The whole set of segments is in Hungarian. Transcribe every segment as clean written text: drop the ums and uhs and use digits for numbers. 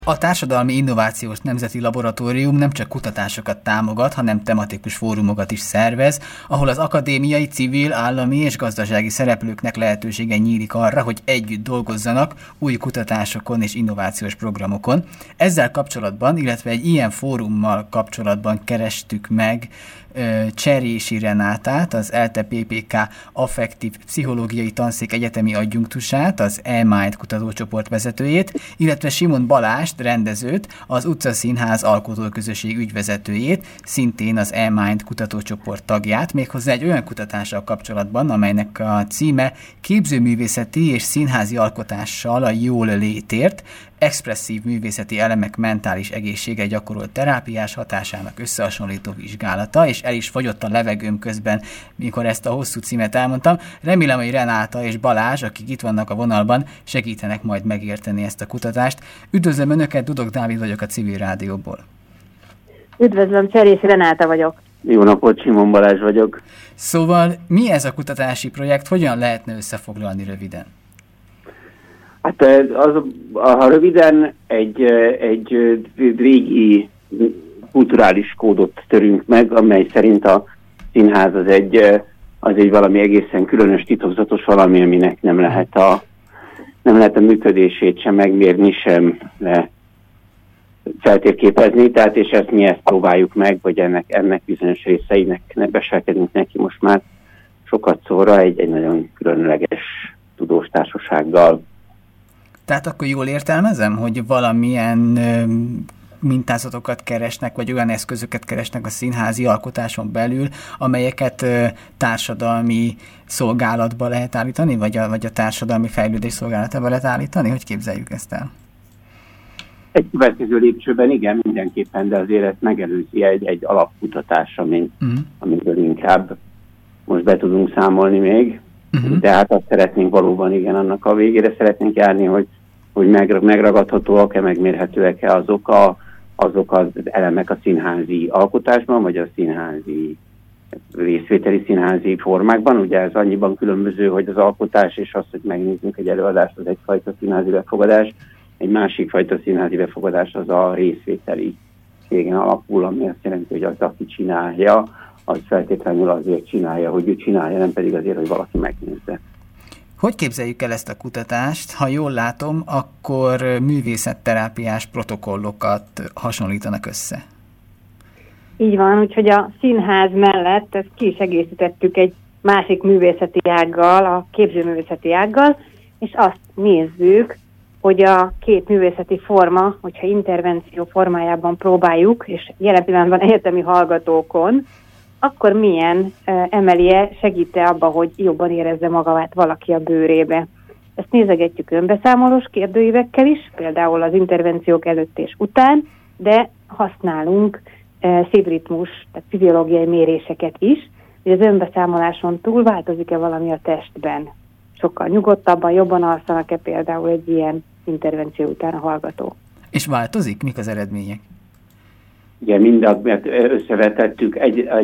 A Társadalmi Innovációs Nemzeti Laboratórium nem csak kutatásokat támogat, hanem tematikus fórumokat is szervez, ahol az akadémiai, civil, állami és gazdasági szereplőknek lehetősége nyílik arra, hogy együtt dolgozzanak új kutatásokon és innovációs programokon. Ezzel kapcsolatban, illetve egy ilyen fórummal kapcsolatban kerestük meg Cserési Renátát, az ELTE PPK affektív pszichológiai tanszék egyetemi adjunktusát, az E-Mind kutatócsoport vezetőjét, illetve Simon Balást, rendezőt, az Utcaszínház alkotóközösség ügyvezetőjét, szintén az E-Mind kutatócsoport tagját, méghozzá egy olyan kutatással kapcsolatban, amelynek a címe Képzőművészeti és színházi alkotással a jól létért, expresszív művészeti elemek mentális egészségre gyakorolt terápiás hatásának összehasonlító vizsgálata, és el is fogyott a levegőm közben, mikor ezt a hosszú címet elmondtam. Remélem, hogy Renáta és Balázs, akik itt vannak a vonalban, segítenek majd megérteni ezt a kutatást. Üdvözlöm Önöket, Dudok Dávid vagyok a Civil Rádióból. Üdvözlöm, Cserési Renáta vagyok. Jó napot, Simon Balázs vagyok. Szóval mi ez a kutatási projekt, hogyan lehetne összefoglalni röviden? Hát ha röviden egy régi kulturális kódot törünk meg, amely szerint a színház az egy valami egészen különös, titokzatos valami, aminek nem lehet a működését sem megmérni, sem feltérképezni, tehát és mi ezt próbáljuk meg, vagy ennek bizonyos részeinek beselkedünk neki most már sokat szóra egy nagyon különleges tudós társasággal. Tehát akkor jól értelmezem, hogy valamilyen mintázatokat keresnek, vagy olyan eszközöket keresnek a színházi alkotáson belül, amelyeket társadalmi szolgálatba lehet állítani, vagy a társadalmi fejlődés szolgálatába lehet állítani? Hogy képzeljük ezt el? Egy következő lépcsőben igen, mindenképpen, de azért ezt megelőzi egy alapkutatás, amiből inkább most be tudunk számolni még. De hát azt szeretnénk valóban, igen, annak a végére szeretnénk járni, hogy megragadhatóak-e, megmérhetőek-e azok az elemek a színházi alkotásban, vagy a színházi részvételi színházi formákban. Ugye ez annyiban különböző, hogy az alkotás és az, hogy megnézzünk egy előadást, az egyfajta színházi befogadás, egy másik fajta színházi befogadás az a részvételi cégen alapul, ami azt jelenti, hogy az, aki csinálja, az feltétlenül azért csinálja, hogy ő csinálja, nem pedig azért, hogy valaki megnézze. Hogy képzeljük el ezt a kutatást? Ha jól látom, akkor művészetterápiás protokollokat hasonlítanak össze. Így van, úgyhogy a színház mellett ezt ki is egészítettük egy másik művészeti ággal, a képzőművészeti ággal, és azt nézzük, hogy a két művészeti forma, hogyha intervenció formájában próbáljuk, és jelen pillanatban egyetemi hallgatókon, akkor milyen emelje, segít-e abba, hogy jobban érezze magát valaki a bőrébe. Ezt nézegetjük önbeszámolós kérdőívekkel is, például az intervenciók előtt és után, de használunk szívritmus, tehát fiziológiai méréseket is, hogy az önbeszámoláson túl változik-e valami a testben. Sokkal nyugodtabban, jobban alszanak-e például egy ilyen intervenció után a hallgató. És változik? Mik az eredmények? Igen, mert összevetettük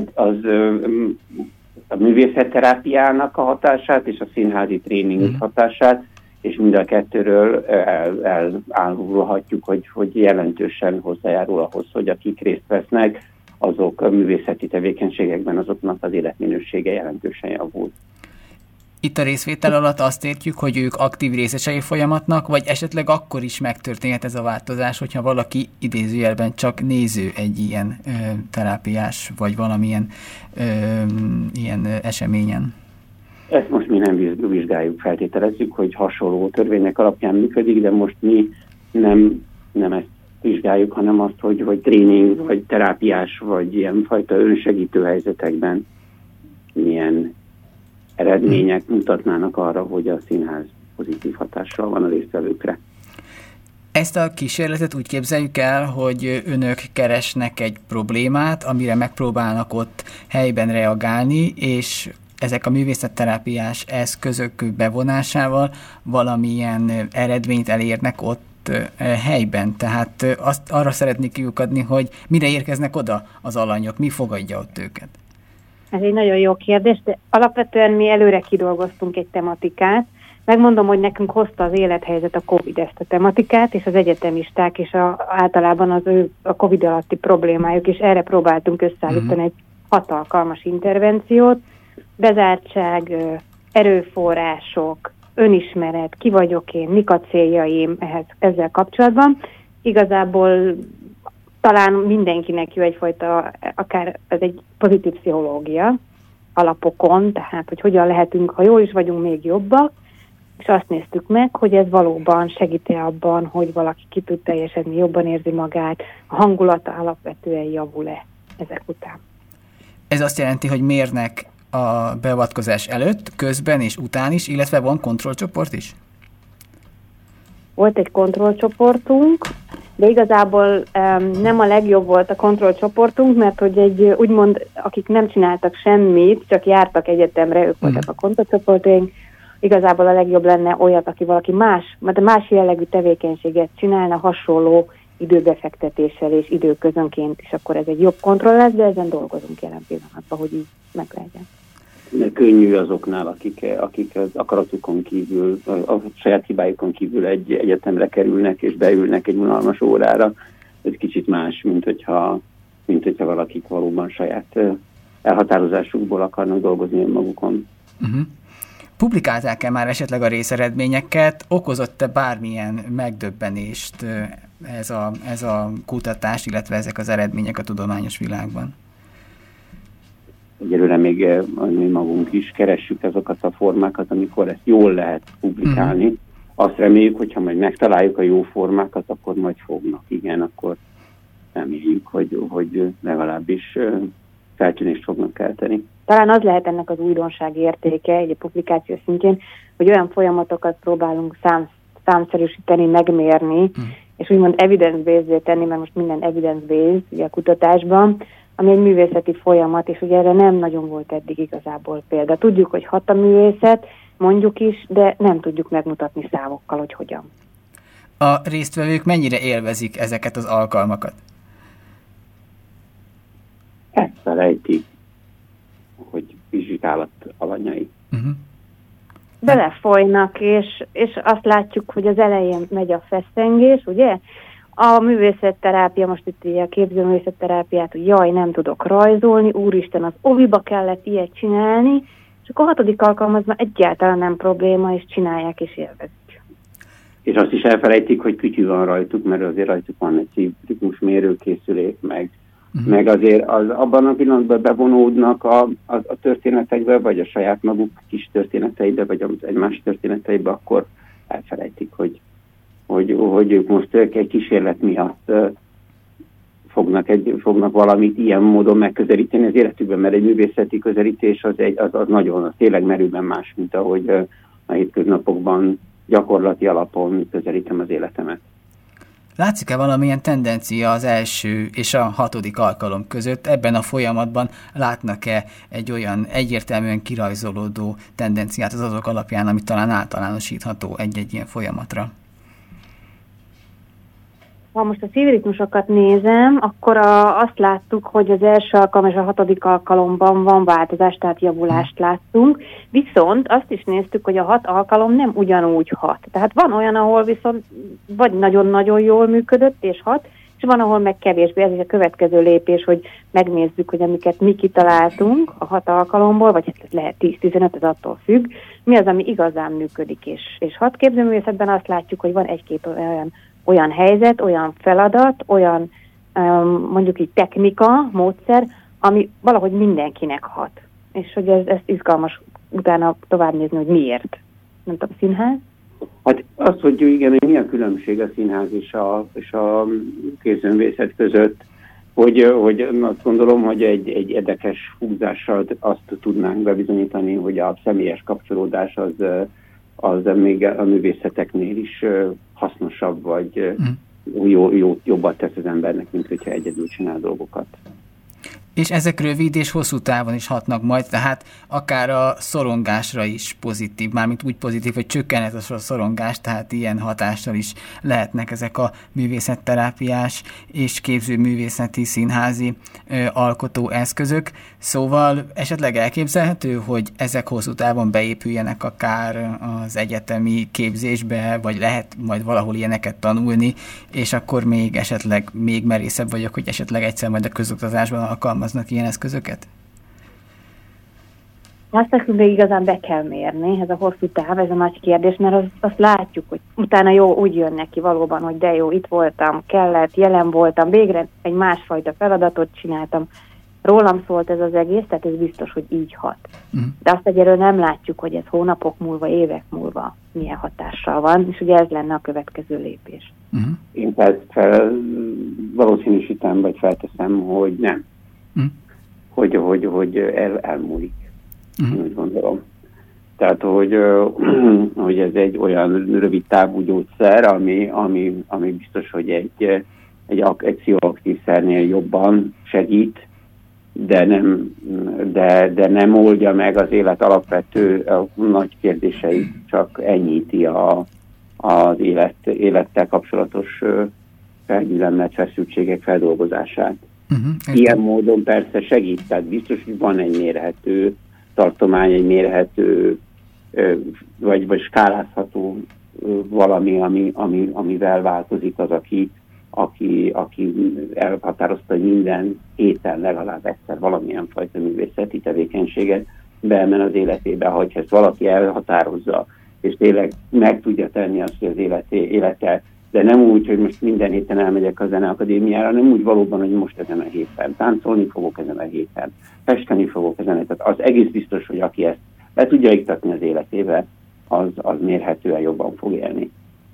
a művészetterápiának a hatását és a színházi tréning hatását, és mind a kettőről elárulhatjuk, hogy jelentősen hozzájárul ahhoz, hogy akik részt vesznek, azok a művészeti tevékenységekben, azoknak az életminősége jelentősen javul. Itt a részvétel alatt azt értjük, hogy ők aktív részesei folyamatnak, vagy esetleg akkor is megtörténhet ez a változás, hogyha valaki idézőjelben csak néző egy ilyen terápiás, vagy valamilyen ilyen eseményen. Ezt most mi nem vizsgáljuk, feltételezzük, hogy hasonló törvények alapján működik, de most mi nem ezt vizsgáljuk, hanem azt, hogy tréning, vagy terápiás, vagy ilyenfajta önsegítő helyzetekben milyen eredmények mutatnának arra, hogy a színház pozitív hatással van a résztvevőkre. Ezt a kísérletet úgy képzeljük el, hogy önök keresnek egy problémát, amire megpróbálnak ott helyben reagálni, és ezek a művészetterápiás eszközök bevonásával valamilyen eredményt elérnek ott helyben. Tehát arra szeretnék kiukadni, hogy mire érkeznek oda az alanyok, mi fogadja ott őket. Ez egy nagyon jó kérdés, de alapvetően mi előre kidolgoztunk egy tematikát, Megmondom, hogy nekünk hozta az élethelyzet a Covid ezt a tematikát, és az egyetemisták, és általában a Covid alatti problémájuk, és erre próbáltunk összeállítani egy 6 alkalmas intervenciót. Bezártság, erőforrások, önismeret, ki vagyok én, mik a céljaim ezzel kapcsolatban. Igazából talán mindenkinek jó egyfajta, akár ez egy pozitív pszichológia alapokon, tehát hogy hogyan lehetünk, ha jól is vagyunk, még jobbak, és azt néztük meg, hogy ez valóban segíti abban, hogy valaki ki tud teljesedni, jobban érzi magát, a hangulata alapvetően javul-e ezek után. Ez azt jelenti, hogy mérnek a beavatkozás előtt, közben és után is, illetve van kontrollcsoport is? Volt egy kontrollcsoportunk, de igazából nem a legjobb volt a kontrollcsoportunk, mert hogy úgymond, akik nem csináltak semmit, csak jártak egyetemre, ők voltak a kontrollcsoportunk. Igazából a legjobb lenne olyat, aki valaki más jellegű tevékenységet csinálna, hasonló időbefektetéssel és időközönként, és akkor ez egy jobb kontroll lesz, de ezen dolgozunk jelen pillanatban, hogy így meg legyen. Könnyű azoknál, akik az akaratukon kívül, a saját hibájukon kívül egy egyetemre kerülnek és beülnek egy unalmas órára. Ez kicsit más, mint hogyha valakik valóban saját elhatározásukból akarnak dolgozni önmagukon. Publikálták-e már esetleg a részeredményeket? Okozott-e bármilyen megdöbbenést ez a kutatás, illetve ezek az eredmények a tudományos világban? Egyelőre még mi magunk is keressük azokat a formákat, amikor ezt jól lehet publikálni. Azt reméljük, hogyha majd megtaláljuk a jó formákat, akkor majd fognak. Igen, akkor reméljük, hogy legalábbis feltűnést fognak kelteni. Talán az lehet ennek az újdonság értéke egy publikáció szintjén, hogy olyan folyamatokat próbálunk számszerűsíteni, megmérni, és úgymond evidence-based tenni, mert most minden evidence-based ugye a kutatásban, ami egy művészeti folyamat, és ugye erre nem nagyon volt eddig igazából példa. Tudjuk, hogy hat a művészet, mondjuk is, de nem tudjuk megmutatni számokkal, hogy hogyan. A résztvevők mennyire élvezik ezeket az alkalmakat? Ezt felejtik, hogy vizsgálat alanyai. Belefolynak, és azt látjuk, hogy az elején megy a feszengés, ugye? A művészetterápia, most itt a képzőművészetterápiát, hogy jaj, nem tudok rajzolni, úristen, az oviba kellett ilyet csinálni, és akkor a 6. alkalmazban egyáltalán nem probléma, és csinálják, és élvezik. És azt is elfelejtik, hogy kütyű van rajtuk, mert azért rajtuk van egy szívritmus mérőkészülék, meg azért abban a pillanatban bevonódnak a történetekbe, vagy a saját maguk kis történeteibe, vagy egymás történeteibe, akkor elfelejtik, hogy ők most egy kísérlet miatt fognak valamit ilyen módon megközelíteni az életükben, mert egy művészeti közelítés az nagyon, az tényleg merőben más, mint ahogy a hétköznapokban gyakorlati alapon közelítem az életemet. Látszik-e valamilyen tendencia az első és a 6. alkalom között? Ebben a folyamatban látnak-e egy olyan egyértelműen kirajzolódó tendenciát az azok alapján, ami talán általánosítható egy-egy ilyen folyamatra? Ha most a szívritmusokat nézem, akkor azt láttuk, hogy az első alkalom és a 6. alkalomban van változás, tehát javulást láttunk. Viszont azt is néztük, hogy a 6 alkalom nem ugyanúgy hat. Tehát van olyan, ahol viszont vagy nagyon-nagyon jól működött és hat, és van, ahol meg kevésbé. Ez is a következő lépés, hogy megnézzük, hogy amiket mi kitaláltunk a 6 alkalomból, vagy lehet 10-15, ez attól függ, mi az, ami igazán működik és hat. Képzőművészetben azt látjuk, hogy van egy-két olyan helyzet, olyan feladat, olyan mondjuk így technika, módszer, ami valahogy mindenkinek hat. És hogy ez izgalmas utána tovább nézni, hogy miért. Nem tudom, színház? Hát azt, hogy igen, hogy mi a különbség a színház és a képzőművészet között, hogy azt gondolom, hogy egy érdekes húzással azt tudnánk bebizonyítani, hogy a személyes kapcsolódás az még a művészeteknél is hasznosabb, vagy jobbat tesz az embernek, mint hogyha egyedül csinál dolgokat. És ezek rövid és hosszú távon is hatnak majd, tehát akár a szorongásra is pozitív, mármint úgy pozitív, hogy csökkenhet a szorongás, tehát ilyen hatással is lehetnek ezek a művészetterápiás és képzőművészeti színházi alkotó eszközök. Szóval esetleg elképzelhető, hogy ezek hosszú távon beépüljenek akár az egyetemi képzésbe, vagy lehet majd valahol ilyeneket tanulni, és akkor még esetleg még merészebb vagyok, hogy esetleg egyszer majd a közoktatásban alkalmaznak ilyen eszközöket? Azt nekünk még igazán be kell mérni, ez a hosszú táv, ez a nagy kérdés, mert azt látjuk, hogy utána jó, úgy jön neki valóban, hogy de jó, itt voltam, kellett, jelen voltam, végre egy másfajta feladatot csináltam, rólam szólt ez az egész, tehát ez biztos, hogy így hat. De azt egyelőre nem látjuk, hogy ez hónapok múlva, évek múlva milyen hatással van, és ugye ez lenne a következő lépés. Én valószínűsítem, vagy felteszem, hogy nem. Hogy elmúlik. Úgy gondolom. Tehát, hogy ez egy olyan rövid távú gyógyszer, ami biztos, hogy egy pszichoaktív szernél jobban segít, de nem oldja meg az élet alapvető nagy kérdéseit, csak enyhíti az élettel kapcsolatos felgyülemlett feszültségek feldolgozását. Ilyen módon persze segít, tehát biztos, hogy van egy mérhető tartomány, egy mérhető vagy skálázható valami, amivel változik az, aki elhatározta, hogy minden héten legalább egyszer valamilyen fajta művészeti tevékenységet beemen az életébe. Ha ezt valaki elhatározza, és tényleg meg tudja tenni azt, hogy az élete, de nem úgy, hogy most minden héten elmegyek a Zeneakadémiára, hanem úgy valóban, hogy most ezen a héten táncolni fogok, ezen a héten festeni fogok, ezen a héten. Az egész biztos, hogy aki ezt le tudja iktatni az életébe, az mérhetően jobban fog élni.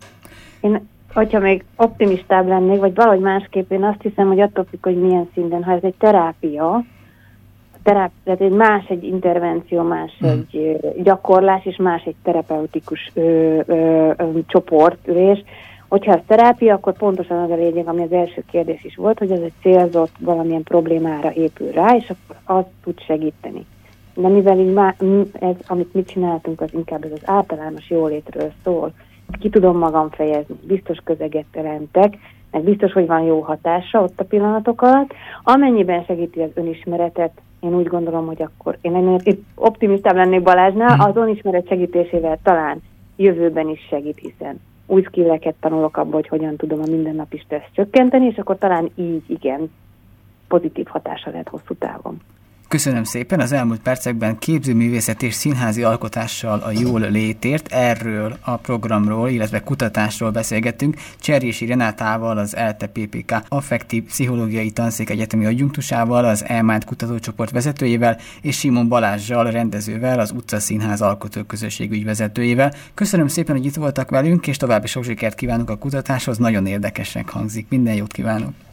Hogyha még optimistább lennék, vagy valahogy másképp, én azt hiszem, hogy attól függ, hogy milyen szinten, ha ez egy terápia, tehát egy más egy intervenció, más egy gyakorlás, és más egy terapeutikus csoportülés. Hogyha ez terápia, akkor pontosan az a lényeg, ami az első kérdés is volt, hogy ez egy célzott valamilyen problémára épül rá, és akkor az tud segíteni. De mivel így ez, amit mi csináltunk, az inkább ez az általános jólétről szól, ki tudom magam fejezni, biztos közeget teremtek, meg biztos, hogy van jó hatása ott a pillanatok alatt. Amennyiben segíti az önismeretet, én úgy gondolom, hogy akkor én optimistább lennék Balázsnál, az önismeret segítésével talán jövőben is segít, hiszen új skilleket tanulok abból, hogy hogyan tudom a mindennapi stresszt csökkenteni, és akkor talán így igen pozitív hatása lehet hosszú távon. Köszönöm szépen, az elmúlt percekben képzőművészet és színházi alkotással a jól létért, erről a programról, illetve kutatásról beszélgettünk Cserjési Renátával, az ELTE PPK affektív pszichológiai tanszék egyetemi adjunktusával, az E-Mind kutatócsoport vezetőjével, és Simon Balázssal, rendezővel, az Utcaszínház alkotóközösség ügyvezetőjével. Köszönöm szépen, hogy itt voltak velünk, és további sok sikert kívánok a kutatáshoz, nagyon érdekesnek hangzik. Minden jót kívánok!